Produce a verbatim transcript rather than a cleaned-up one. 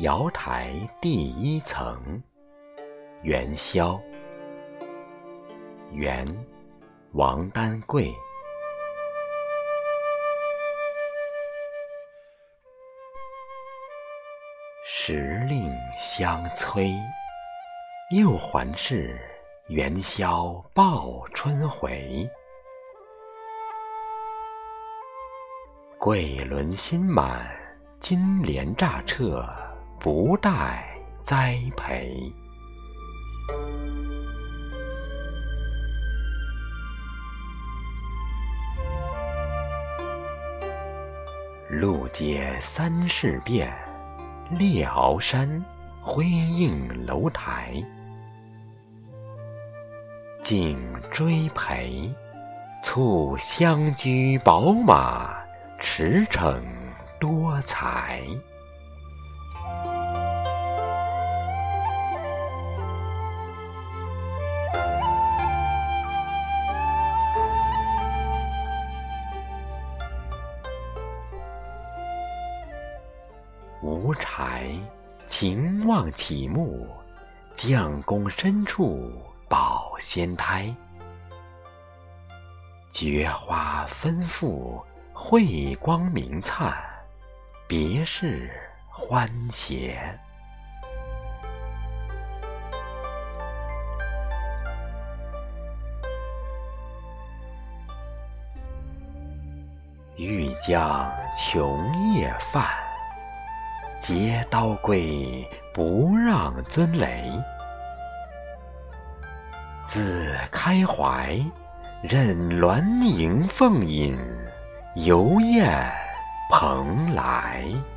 瑶台第一层，元宵。元，王丹桂。时令相催，又还是元宵报春回。桂轮新满，金莲乍彻，不待栽培。路街三市变，列鳌山，辉映楼台。竞追陪，簇相居宝马，驰骋多彩。无柴，情望起目，将宫深处保仙胎。菊花纷复，慧光明灿，别是欢谐。欲将琼叶泛，结刀归，不让尊雷。自开怀，任鸾迎凤引，游雁蓬莱。